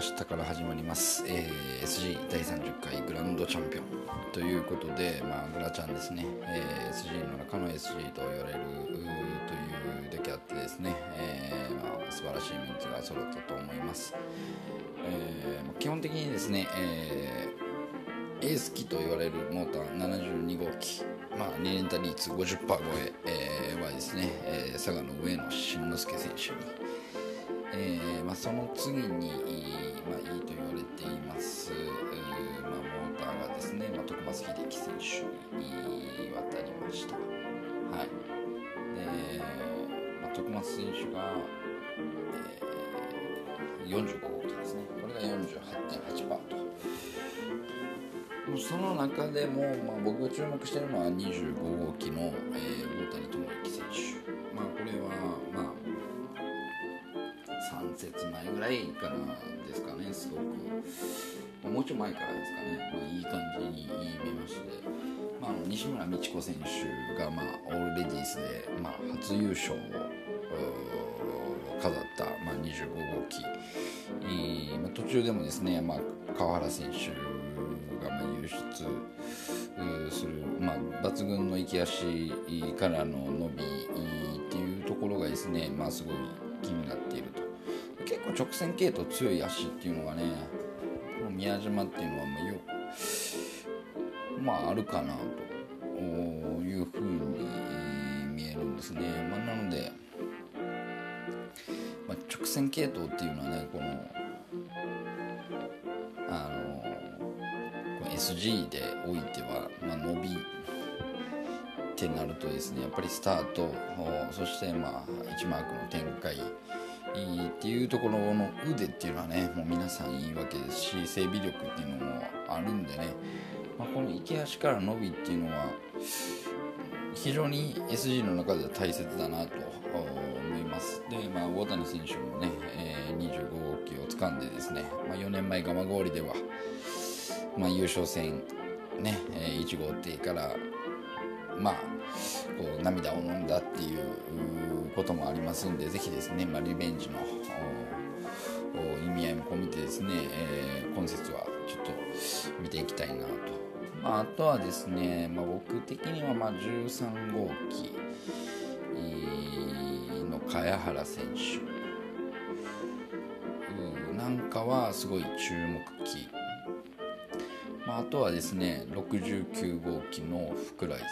日から始まります、SG 第30回グランドチャンピオンということで、グラちゃんですね、SG の中の SG と言われるというだけあってですね、素晴らしいメンツが揃ったと思います。基本的にですね、エース機と言われるモーター72号機、2連単率 50% 超えはですね、佐賀の上野慎之介選手に、その次に、いいと言われています、モーターがですね、徳松秀樹選手に渡りました。はい。で、徳松選手が、45号機ですね。これが 48.8% と。その中でも、僕が注目しているのは25号機の、大谷智之選手。これは3節前ぐらいからですかね、すごく、もうちょい前からですかね、いい感じに見えまして、西村美智子選手が、オールレディースで、初優勝を飾った、25号機、途中でもですね、川原選手が輸出する、抜群の行き足からの伸びっていうところがですね、すごい気になっていると。結構直線系統強い足っていうのがね、この宮島っていうのはあるかなというふうに見えるんですね。なので、直線系統っていうのはね、このSG でおいては、伸びってなるとですね、やっぱりスタート、そして1マークの展開っていうところの腕っていうのはね、もう皆さんいいわけですし、整備力っていうのもあるんでね、この池足から伸びっていうのは非常に SG の中では大切だなと思います。で、大谷選手もね、25号機を掴んでですね、4年前蒲郡では、優勝戦ね、1号艇からこう涙を飲んだっていうこともありますんで、ぜひですね、リベンジの意味合いも込めてですね、今節はちょっと見ていきたいなと。あとはですね、僕的には13号機の茅原選手なんかはすごい注目機。あとはですね、69号機の福来選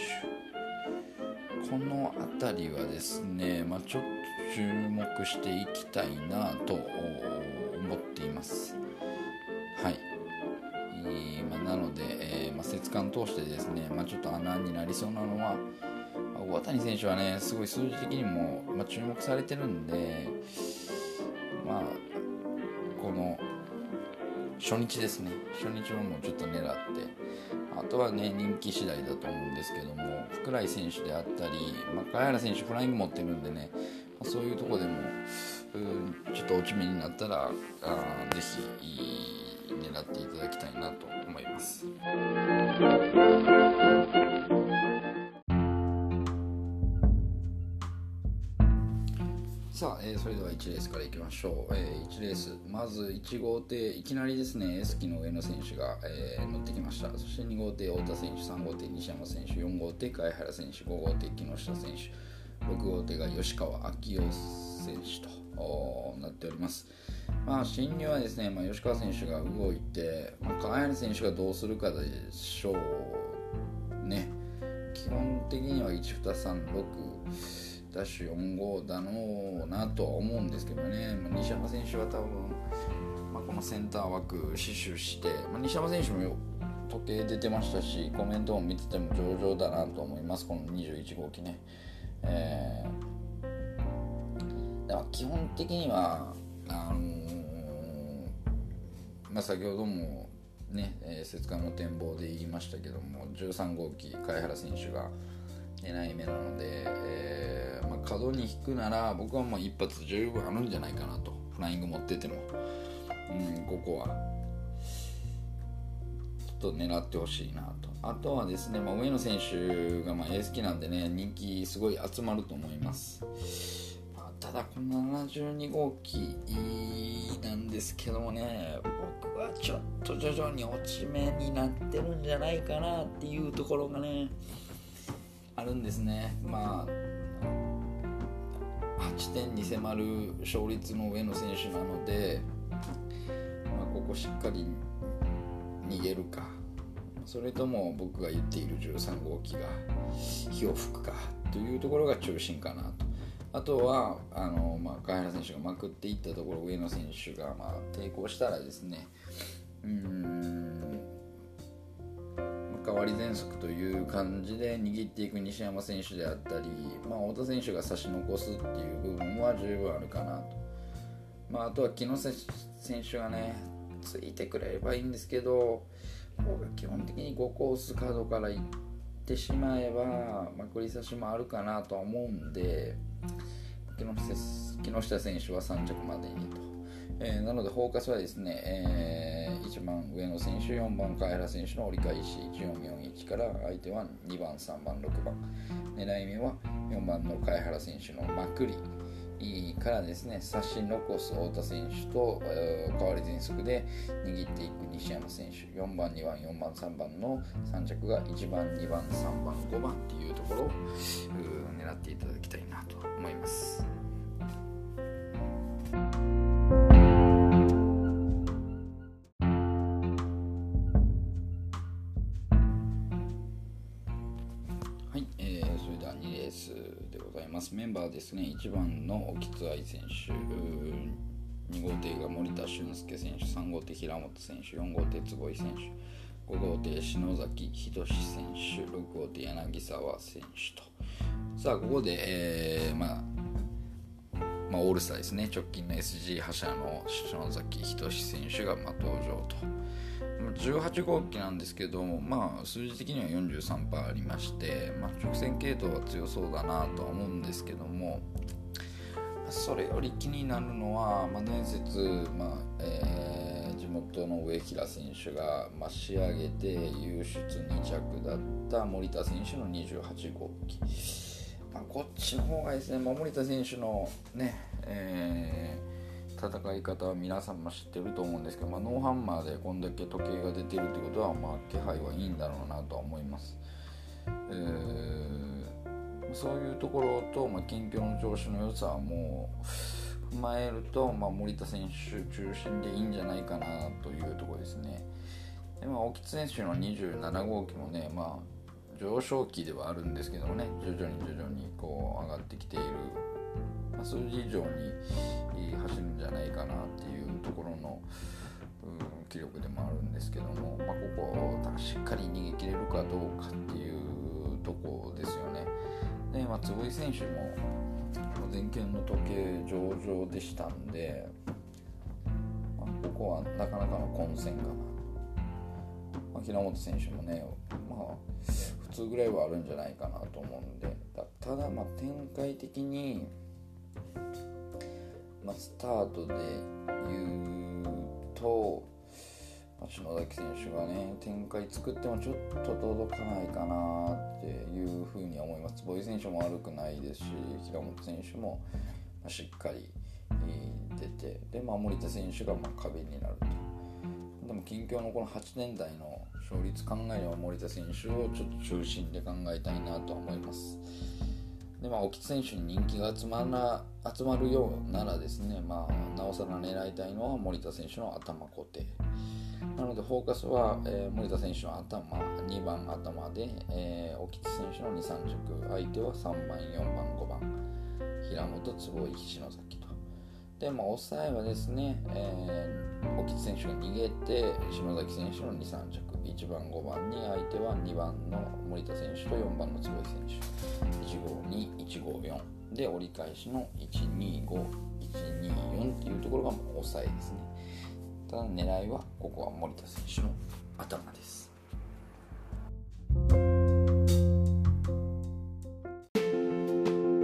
手、この辺りはですね、ちょっと注目していきたいなと思っています。はい。なので、節間通してですね、ちょっと穴になりそうなのは、大谷選手はね、すごい数字的にも、注目されてるんで、この初日ですね、初日はもうちょっと狙って、あとはね、人気次第だと思うんですけども、福来選手であったり、茅原選手フライング持ってるんでね、そういうところでもちょっと落ち目になったら、ぜひ狙っていただきたいなと思います。さあ、それでは1レースからいきましょう。1レース、まず1号艇、いきなりですね、S 機の上野選手が、乗ってきました。そして2号艇、太田選手、3号艇、西山選手、4号艇、貝原選手、5号艇、木下選手、6号艇が吉川明夫選手となっております。進入はですね、吉川選手が動いて、貝原選手がどうするかでしょうね。基本的には1、2、3、6ダッシュ4号だろうなとは思うんですけどね、西山選手は多分、このセンター枠死守して、西山選手も時計出てましたし、コメントを見てても上々だなと思います。この21号機ね、だから基本的には先ほどもね、節間の展望で言いましたけども、13号機貝原選手が狙い目なので、角に引くなら僕はもう一発十分あるんじゃないかなと。フライング持ってても、ここはちょっと狙ってほしいなと。あとはですね、上野選手がエース機なんでね、人気すごい集まると思います。あただこの72号機なんですけどもね、僕はちょっと徐々に落ち目になってるんじゃないかなっていうところがねあるんですね。8点に迫る勝率の上の選手なので、ここしっかり逃げるか、それとも僕が言っている13号機が火を吹くかというところが中心かなと。あとは貝原選手がまくっていったところ、上野選手が抵抗したらですね、代わり全速という感じで握っていく西山選手であったり、太田選手が差し残すっていう部分は十分あるかなと。あとは木下選手がねついてくれればいいんですけど、基本的に5コース角から行ってしまえば繰り差しもあるかなとは思うんで、木下選手は3着までにと。なのでフォーカスはですね、1番上野選手、4番貝原選手の折り返し1441から相手は2番3番6番、狙い目は4番の貝原選手のまくりからですね、差し残す太田選手と、代わり全速で握っていく西山選手、4番2番4番3番の3着が1番2番3番5番っていうところを狙っていただきたいなと思います。それでは2レースでございます。メンバーですね。1番の沖津愛選手、2号艇が森田俊介選手、3号艇平本選手、4号艇坪井選手、5号艇篠崎仁選手、6号艇柳沢選手と。さあここで、オールスターですね。直近の SG 覇者の篠崎仁選手が登場と。18号機なんですけど、数字的には 43% ありまして、直線系統は強そうだなとは思うんですけども、それより気になるのは、伝説、地元の上平選手が仕上げて優出2着だった森田選手の28号機、こっちの方がですね、森田選手のね、戦い方は皆さんも知ってると思うんですけど、ノーハンマーでこんだけ時計が出てるってことは、気配はいいんだろうなとは思います。そういうところと、近況の調子の良さはもう踏まえると、森田選手中心でいいんじゃないかなというところですね。で、沖津選手の27号機もね、上昇期ではあるんですけどもね、徐々にこう上がってきている、数字以上に走るんじゃないかなっていうところの記録でもあるんですけども、ここをしっかり逃げ切れるかどうかっていうところですよね。で、坪井選手も前県の時計上々でしたんで、ここはなかなかの混戦かな。平本選手もね、普通ぐらいはあるんじゃないかなと思うんで、ただ展開的にスタートで言うと、篠崎選手がね展開作ってもちょっと届かないかなっていうふうに思います。坪井選手も悪くないですし、平本選手もしっかり出て、で、森田選手が壁になると。でも近況のこの8年代の勝率考えれば森田選手をちょっと中心で考えたいなと思います。で、沖津選手に人気が集まるようならですね、なおさら狙いたいのは森田選手の頭固定なので、フォーカスは、森田選手の頭、2番頭で、沖津選手の 2,3 着、相手は3番4番5番平本坪井篠崎と。で、抑えはですね、沖津選手が逃げて篠崎選手の 2,3 着、1番5番に相手は2番の森田選手と4番の坪井選手、152、154で折り返しの125、124っていうところが抑えですね。ただ狙いはここは森田選手の頭です。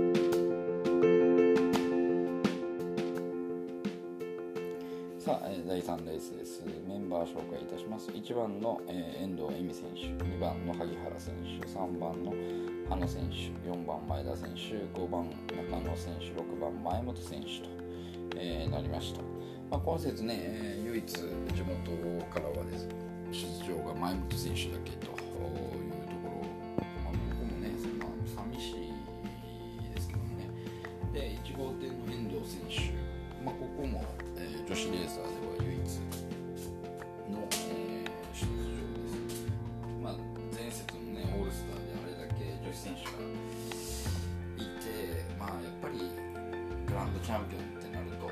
第第3レースです。メンバー紹介いたします。1番の、遠藤恵美選手、2番の萩原選手、3番の羽野選手、4番前田選手、5番中野選手、6番前本選手と、なりました。今節ね、唯一地元からはです出場が前本選手だけというところ、僕もね、寂しいですけどね。で、1号店の遠藤選手、ここも、女子レーサーでは唯一の、出場です。前節のね、オールスターであれだけ女子選手がいて、やっぱりグランドチャンピオンってなると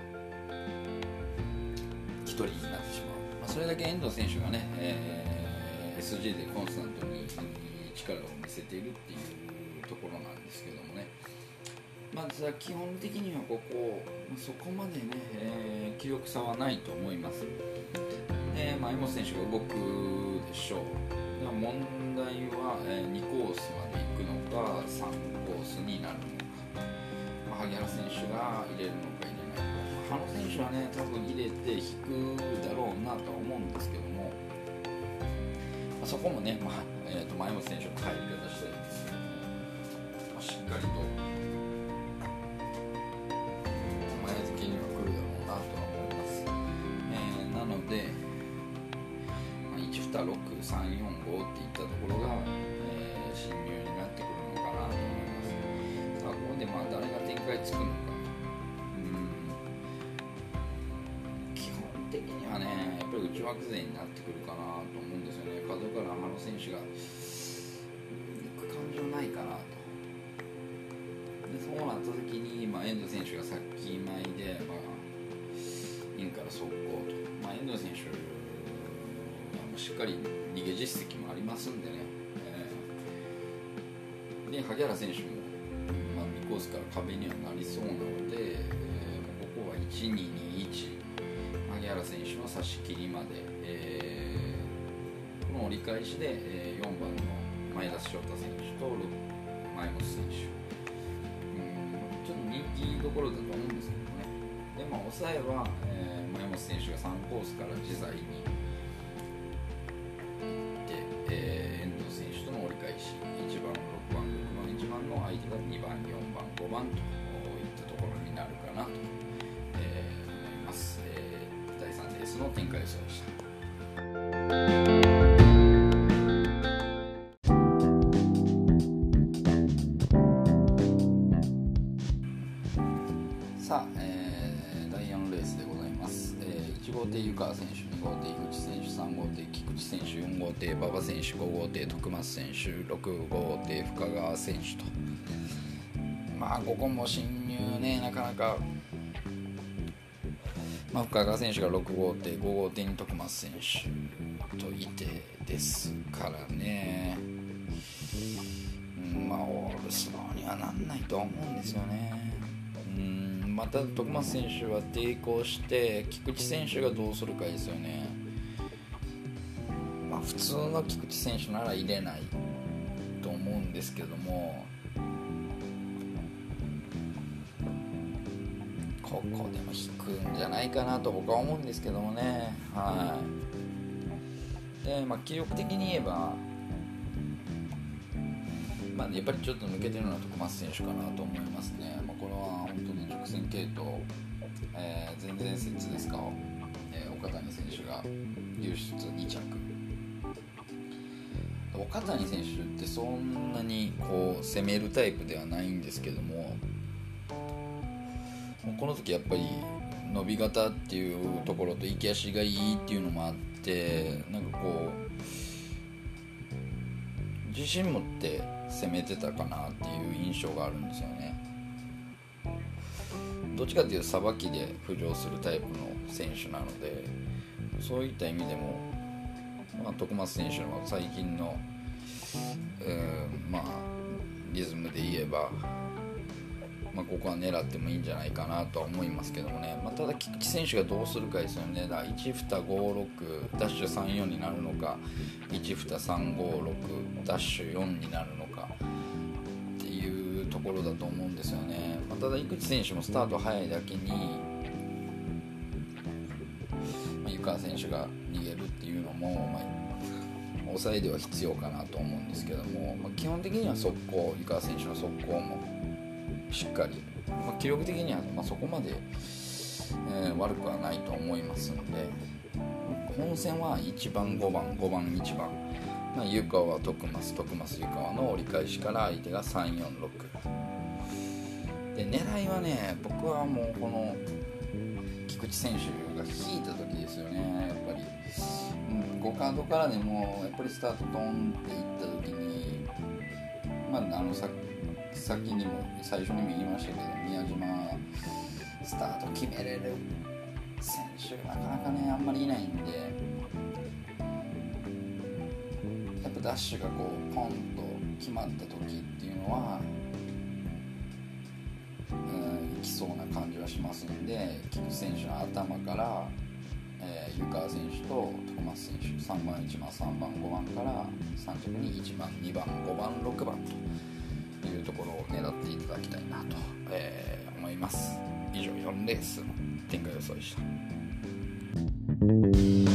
一人になってしまう。それだけ遠藤選手がね、SG でコンスタントに力を見せているっていうところなんですけどもね。基本的にはここそこまでね、気力差はないと思います。前本選手が動くでしょう。問題は、2コースまで行くのか3コースになるのか、萩原選手が入れるのか入れないか。羽野選手はね、多分入れて引くだろうなとは思うんですけども、そこもね、前本選手の入り方したいんですけども、しっかりと前付けには来るだろうなとは思います。なので、1、2、6、3、4、5っていったところが、侵入になってくるのかなと思います。ここで誰が展開つくのか、基本的にはね、やっぱり内枠勢になってくるかなと思うんですよね。角から羽野選手が行く感情ないかなと。でそうなった時に、遠藤選手が先前で、インから速攻と、遠藤選手しっかり逃げ実績もありますんでね、で萩原選手も、2コースから壁にはなりそうなので、ここは1-2-2-1、萩原選手の差し切りまで、この折り返しで、4番の前田翔太選手と前本選手、ちょっと人気どころだと思うんですけどね。で抑えは、前本選手が3コースから自在に遠藤選手との折り返し、1番、6番、6番、1番の相手が2番、4番、5番といったところになるかなと、思います。第3レースの展開予想でした。第4レースでございます。1号艇湯川選手、2号艇井口選手、3号艇菊池選手、4号艇馬場選手、5号艇徳松選手、6号艇深川選手と、ここも進入ね、なかなか、深川選手が6号艇、5号艇に徳松選手といてですからね、オールスローにはなんないとは思うんですよね。ただ徳松選手は抵抗して、菊池選手がどうするかですよね。普通の菊池選手なら入れないと思うんですけども、ここでも引くんじゃないかなと僕は思うんですけどもね。で、気力的に言えば、やっぱりちょっと抜けてるのは徳松選手かなと思いますね。これは本当に直線系統、前々節ですか、岡谷選手が優出2着。岡谷選手ってそんなに攻めるタイプではないんですけども、この時やっぱり伸び型っていうところと行き足がいいっていうのもあって、自信持って攻めてたかなっていう印象があるんですよね。どっちかっていうとさばきで浮上するタイプの選手なので、そういった意味でも、徳松選手の最近の、リズムで言えば、ここは狙ってもいいんじゃないかなとは思いますけどもね。ただ菊池選手がどうするかですよね。1、2、5、6ダッシュ3、4になるのか、1、2、3、5、6ダッシュ4になるのかっていうところだと思うんですよね。ただ井口選手もスタート早いだけに、ゆっ川選手が逃げるっていうのも、抑えでは必要かなと思うんですけども、基本的には速攻、湯川選手の速攻もしっかり、気力的にはそこまで、悪くはないと思いますので、本戦は1番5番5番1番、湯川徳増湯川の折り返しから相手が346で、狙いはね、僕はもうこの菊池選手が引いた時ですよね。やっぱり、5カードからでもやっぱりスタートトンっていった時に、先にも最初にも言いましたけど、宮島スタート決めれる選手なかなかねあんまりいないんで、やっぱダッシュがこうポンと決まった時っていうのは、いきそうな感じはしますんで、菊池選手の頭から、湯川選手と徳増選手、3番1番3番5番から3着に1番2番5番6番というところを狙っていただきたいなと、思います。以上4レースの展開予想でした。